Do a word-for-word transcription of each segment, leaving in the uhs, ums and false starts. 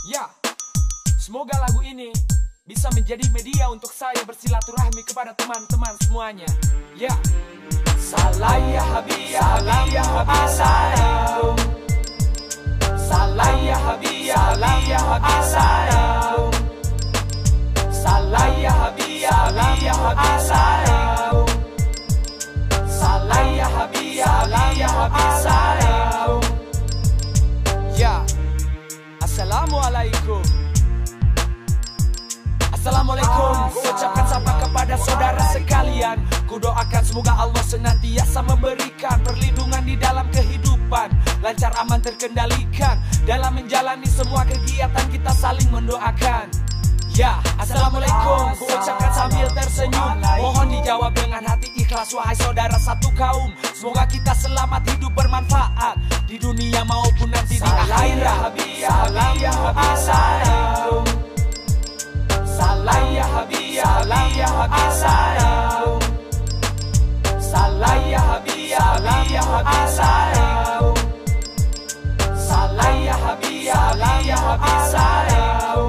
Ya, semoga lagu ini bisa menjadi media untuk saya bersilaturahmi kepada teman-teman semuanya. Ya, salam ya habib, salam ya habib, salam. Salam ya habib, salam ya habib, salam. Salam ya habib, salam ya habib, salam. Salam ya habib, salam ya habib, salam. Ya, assalamualaikum. Assalamualaikum, ku ucapkan sapa kepada saudara sekalian. Ku doakan semoga Allah senantiasa memberikan perlindungan di dalam kehidupan, lancar aman terkendalikan dalam menjalani semua kegiatan, kita saling mendoakan. Ya, assalamualaikum, ku ucapkan sambil tersenyum. Mohon dijawab dengan hati ikhlas wahai saudara satu kaum. Semoga kita selamat, hidup bermanfaat di dunia maupun nanti di akhirat. Salam ya habib, salam. Salam ya habib, salam ya habib, salam. Salam ya habib, salam ya habib, salam. Salam ya habib, salam ya habib, salam.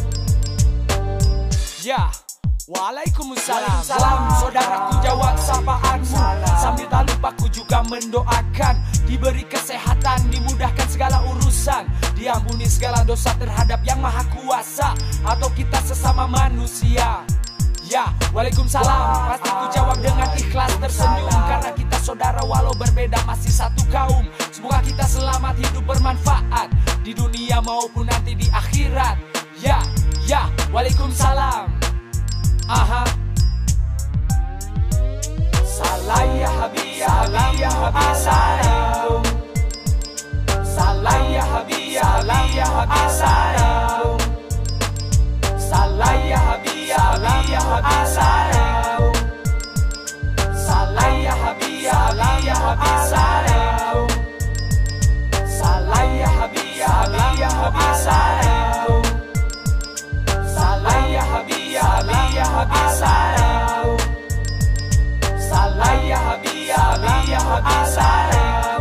Ya, waalaikumsalam. Salam saudaraku, jawab sapaanmu. Sambil tak lupa ku juga mendoakan diberi kesehatan, dimudahkan segala urusan, diampuni segala dosa terhadap yang maha kuasa atau kita sesama manusia. Ya, waalaikumsalam. Pasti ku jawab dengan ikhlas tersenyum, karena kita saudara walau berbeda masih satu kaum. Semoga kita selamat, hidup bermanfaat di dunia maupun nanti di akhirat. Ya, ya, waalaikumsalam. Aha. Salam ya habib, salam ya habib, salam. Salam ya habib, salam ya habib, salam. Salam ya habib, salam ya habib, salam. Salam ya habib, salam ya habib, salam. Salam ya habib, salam ya habib, salam. Salam ya habib, salam ya habib, salam. Salam ya habib, salam ya habib, salam.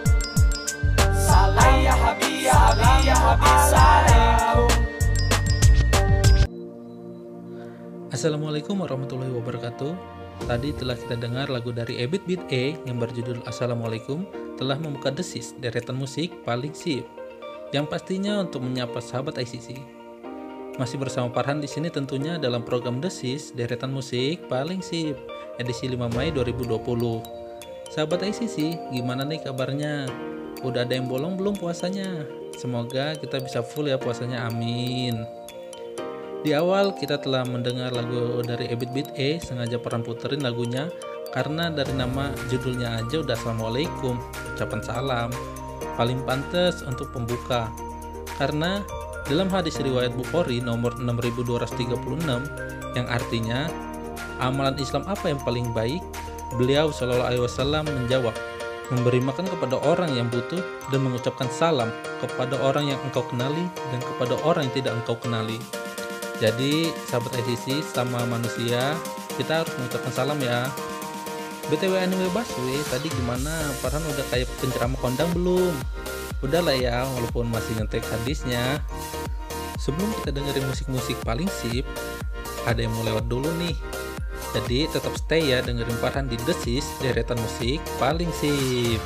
Salam ya habib, salam ya habib, salam. Assalamualaikum warahmatullahi wabarakatuh. Tadi telah kita dengar lagu dari Ebit Beat E yang berjudul Assalamualaikum, telah membuka desis deretan musik paling sip, yang pastinya untuk menyapa sahabat I C C. Masih bersama Farhan di sini tentunya dalam program desis deretan musik paling sip edisi lima Mei dua ribu dua puluh. Sahabat I C C, gimana nih kabarnya? Udah ada yang bolong belum puasanya? Semoga kita bisa full ya puasanya, amin. Di awal kita telah mendengar lagu dari Ebit Beat E, sengaja Farhan puterin lagunya karena dari nama judulnya aja udah Assalamualaikum, ucapan salam. Paling pantas untuk pembuka. Karena dalam hadis riwayat Bukhari nomor enam ribu dua ratus tiga puluh enam yang artinya amalan Islam apa yang paling baik? Beliau Shallallahu Alaihi Wasallam menjawab, memberi makan kepada orang yang butuh dan mengucapkan salam kepada orang yang engkau kenali dan kepada orang yang tidak engkau kenali. Jadi sahabat I C C, sama manusia kita harus mengucapkan salam ya. B T W anyway Baswe, tadi gimana? Farhan udah kayak penceramah kondang belum? Udah lah ya, walaupun masih ngetek hadisnya. Sebelum kita dengerin musik-musik paling sip, ada yang mau lewat dulu nih. Jadi tetap stay ya, dengerin Farhan di Desis deretan musik paling sip.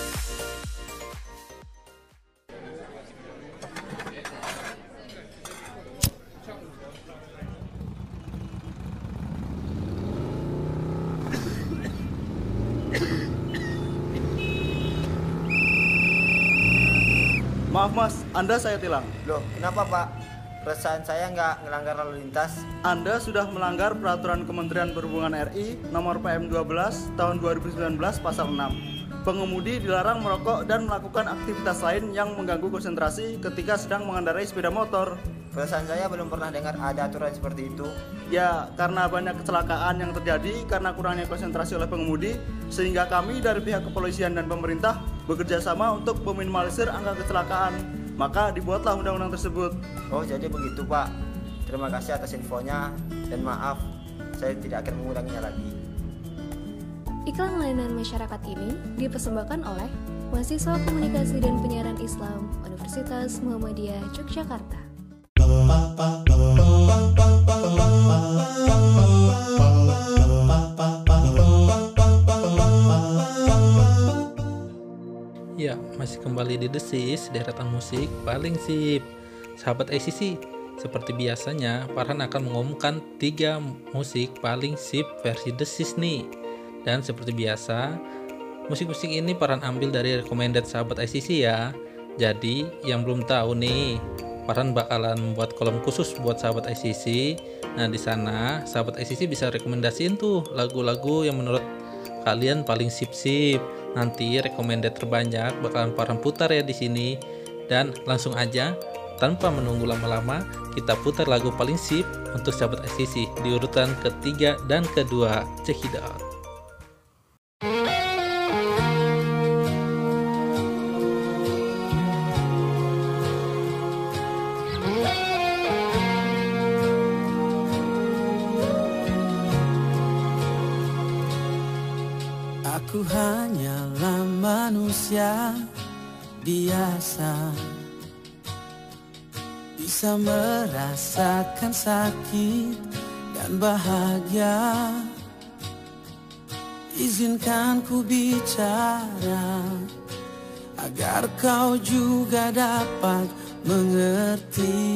Maaf mas, Anda saya tilang. Loh, kenapa Pak? Perasaan saya nggak ngelanggar lalu lintas. Anda sudah melanggar Peraturan Kementerian Perhubungan R I Nomor P M dua belas Tahun dua ribu sembilan belas Pasal enam. Pengemudi dilarang merokok dan melakukan aktivitas lain yang mengganggu konsentrasi ketika sedang mengendarai sepeda motor. Perasaan saya belum pernah dengar ada aturan seperti itu. Ya, karena banyak kecelakaan yang terjadi karena kurangnya konsentrasi oleh pengemudi, sehingga kami dari pihak kepolisian dan pemerintah bekerja sama untuk meminimalisir angka kecelakaan. Maka dibuatlah undang-undang tersebut. Oh, jadi begitu Pak. Terima kasih atas infonya dan maaf, saya tidak akan mengulanginya lagi. Iklan layanan masyarakat ini dipersembahkan oleh Mahasiswa Komunikasi dan Penyiaran Islam Universitas Muhammadiyah Yogyakarta. Ya, masih kembali di Desis, deretan musik paling sip. Sahabat I C C, seperti biasanya, Farhan akan mengumumkan tiga musik paling sip versi Desis nih. Dan seperti biasa, musik-musik ini Farhan ambil dari recommended sahabat I C C ya. Jadi, yang belum tahu nih, Farhan bakalan membuat kolom khusus buat sahabat I C C. Nah, di sana sahabat I C C bisa rekomendasiin tuh lagu-lagu yang menurut kalian paling sip-sip. Nanti recommended terbanyak bakalan Farhan putar ya di sini. Dan langsung aja tanpa menunggu lama-lama, kita putar lagu paling sip untuk sahabat I C C di urutan ketiga dan kedua. Check it out. Aku hanyalah manusia biasa, bisa merasakan sakit dan bahagia. Izinkan ku bicara agar kau juga dapat mengerti.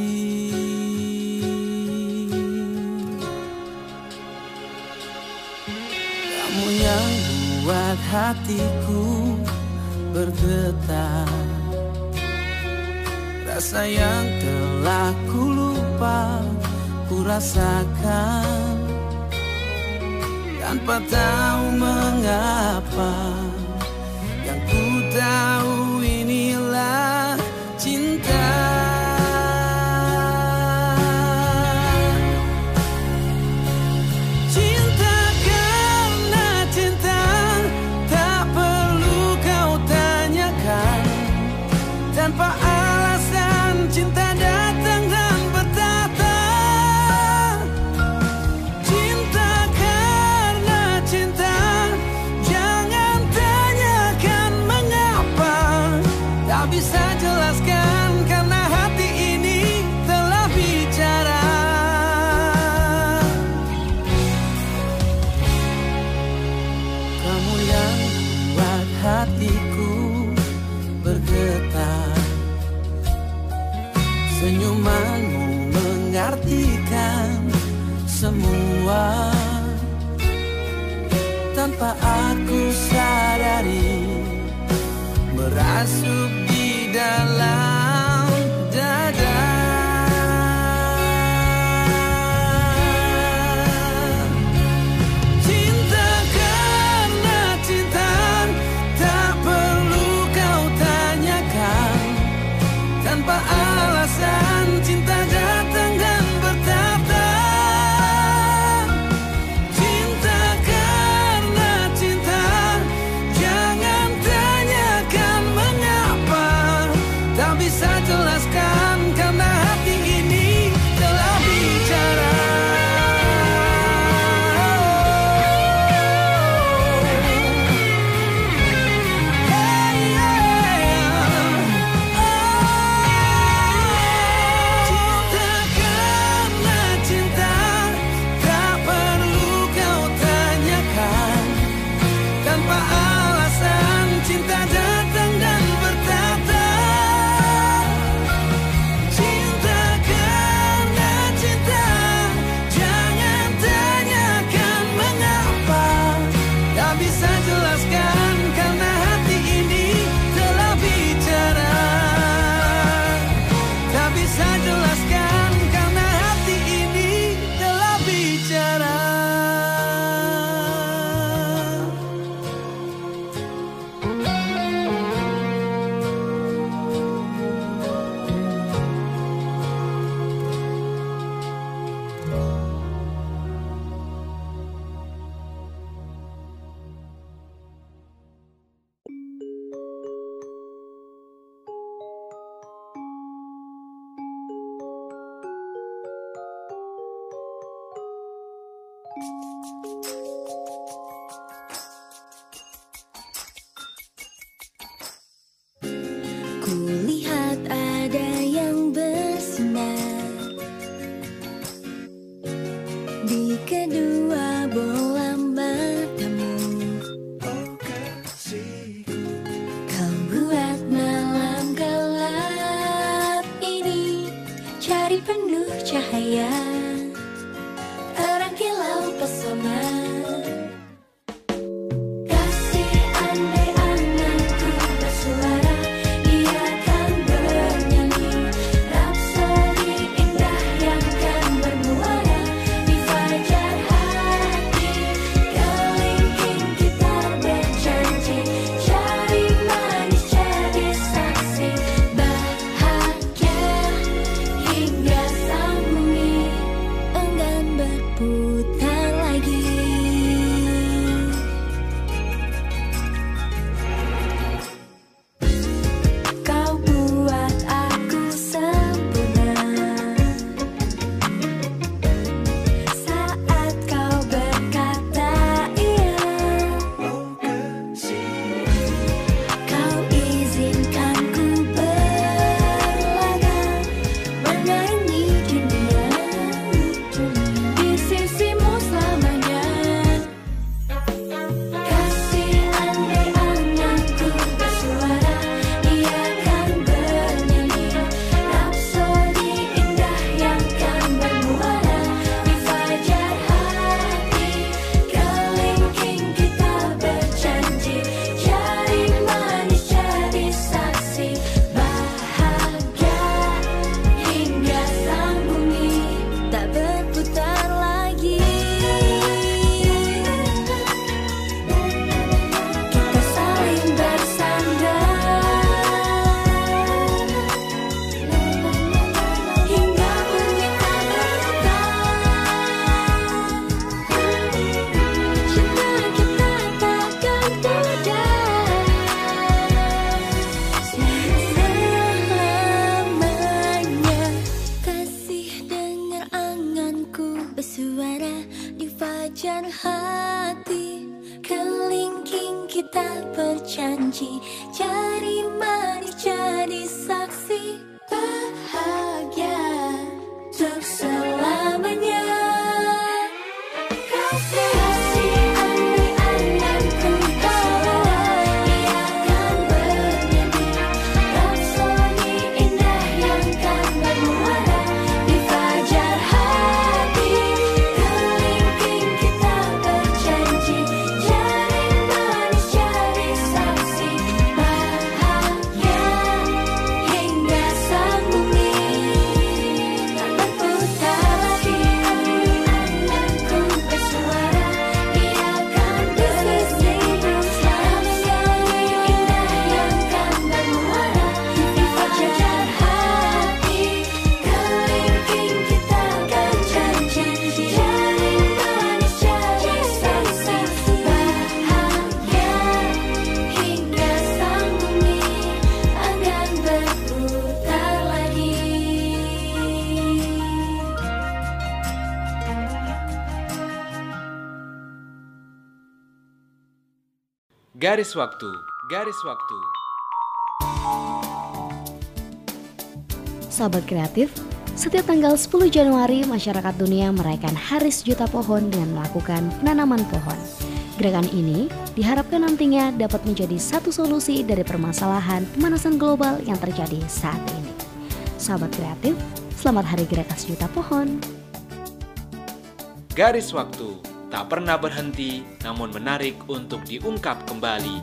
Kamu yang buat hatiku bergetar, rasa yang telah ku lupa ku rasakan, tanpa tahu mengapa. Yang ku tahu inilah cinta. Tanpa alasan cinta datang dan bertata. Cinta karena cinta, jangan tanyakan mengapa. Tak bisa jelaskan karena hati ini telah bicara. Kamu yang buat hatiku bergetar, senyumanmu mengartikan semua. Tanpa aku sadari, merasuk di dalam dada. Cinta karena cinta, tak perlu kau tanyakan. Tanpa alasan cinta datang dan bertata. Cinta karena cinta, jangan tanyakan mengapa. Tak bisa jelaskan karena hati ini telah bicara. Kulihat ada yang bersinar bercahaya, terang kilau pesona. Kasih andai anganku bersuara, dia kan bernyanyi rapsodi indah yang kan bermuara di fajar hati. Kelingking kita berjanji, cari manis jadi saksi bahagia hingga sang bumi enggan berputar lagi. Kau buat aku sempurna saat kau berkata iya. Kau izinkan ku berlaga, menyayangi dunia di sisimu selamanya. Kasih andai anganku bersuara, dia kan bernyanyi rapsodi indah yang kan bermuara di fajar hati. Kelingking kita berjanji, cari manis jadi saksi bahagia hingga sang bumi tak berputar lagi. Kita saling bersandar hingga bumi tak berputar. Cinta kita takkan pudar selamanya. Kasih dengar anganku bersuara di fajar hati. Kelingking kita berjanji, cari manis jadi saksi bahagia untuk selamanya. Kasih andai anganku bersuara, dia kan bernyanyi rapsodi indah yang kan bermuara di fajar hati. Kelingking kita berjanji, cari manis jadi saksi bahagia hingga sang bumi tak berputar lagi. Anganku bersuara, dia kan bersisimu selamanya. Indah yang kan bermuara di fajar hati. Kelingking kita kan janji, cari manis jadi saksi bahagia hingga sang bumi enggan berputar lagi. Garis waktu, garis waktu. Sahabat kreatif, setiap tanggal sepuluh Januari masyarakat dunia merayakan Hari Sejuta Pohon dengan melakukan penanaman pohon. Gerakan ini diharapkan nantinya dapat menjadi satu solusi dari permasalahan pemanasan global yang terjadi saat ini. Sahabat kreatif, selamat Hari Gerakan Sejuta Pohon. Garis waktu tak pernah berhenti, namun menarik untuk diungkap kembali.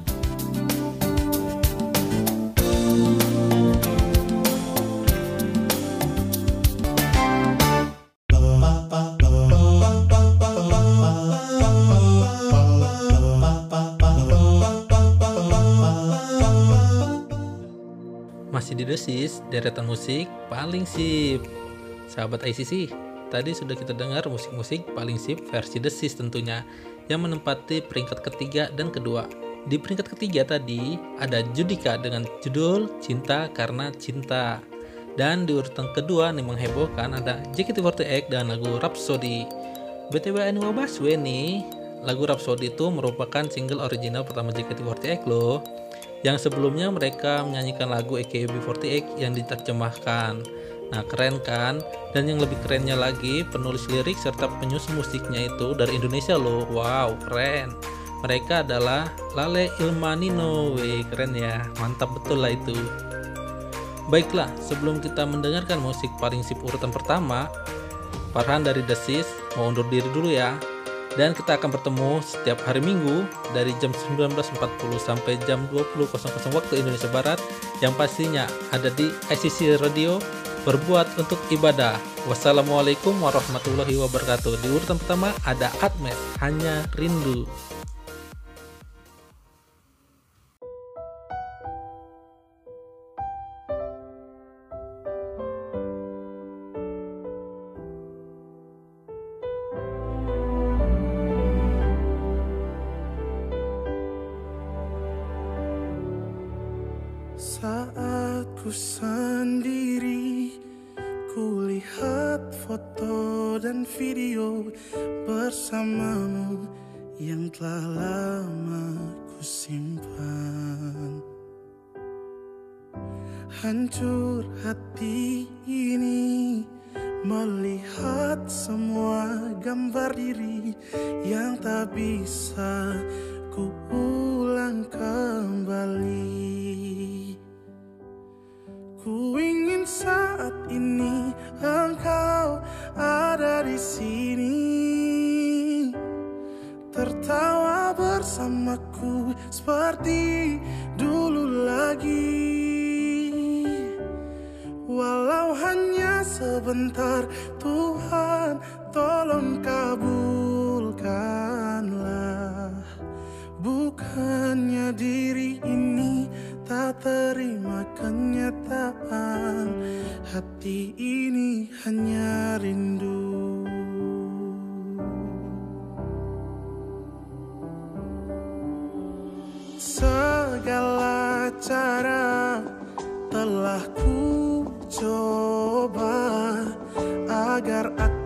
Masih di Desis, deretan musik paling sip. Sahabat I C C, tadi sudah kita dengar musik-musik paling sip versi Desis tentunya, yang menempati peringkat ketiga dan kedua. Di peringkat ketiga tadi ada Judika dengan judul Cinta Karena Cinta. Dan di urutan kedua nih menghebohkan ada J K T empat delapan dan lagu Rhapsody. B T W Anwar Baswe nih, lagu Rhapsody itu merupakan single original pertama J K T empat delapan loh. Yang sebelumnya mereka menyanyikan lagu A K B empat delapan yang diterjemahkan. Nah keren kan? Dan yang lebih kerennya lagi, penulis lirik serta penyusun musiknya itu dari Indonesia loh. Wow, keren. Mereka adalah Lale Ilmanino. Wih, keren ya. Mantap betul lah itu. Baiklah, sebelum kita mendengarkan musik paling sip urutan pertama, Farhan dari The Sis mau undur diri dulu ya. Dan kita akan bertemu setiap hari Minggu dari jam sembilan belas empat puluh sampai jam dua puluh waktu Indonesia Barat, yang pastinya ada di I C C Radio, berbuat untuk ibadah. Wassalamualaikum warahmatullahi wabarakatuh. Di urutan pertama ada Admet, Hanya Rindu. Saat ku sendiri, ku lihat foto dan video bersamamu yang telah lama ku simpan. Hancur hati ini melihat semua gambar diri yang tak bisa ku ulang kembali. Ku ingin saat ini engkau ada di sini, tertawa bersamaku seperti dulu lagi. Walau hanya sebentar, Tuhan tolong kabulkanlah. Bukannya diri ini tak terima kenyataan, hati ini hanya rindu. Segala cara telah ku coba agar aku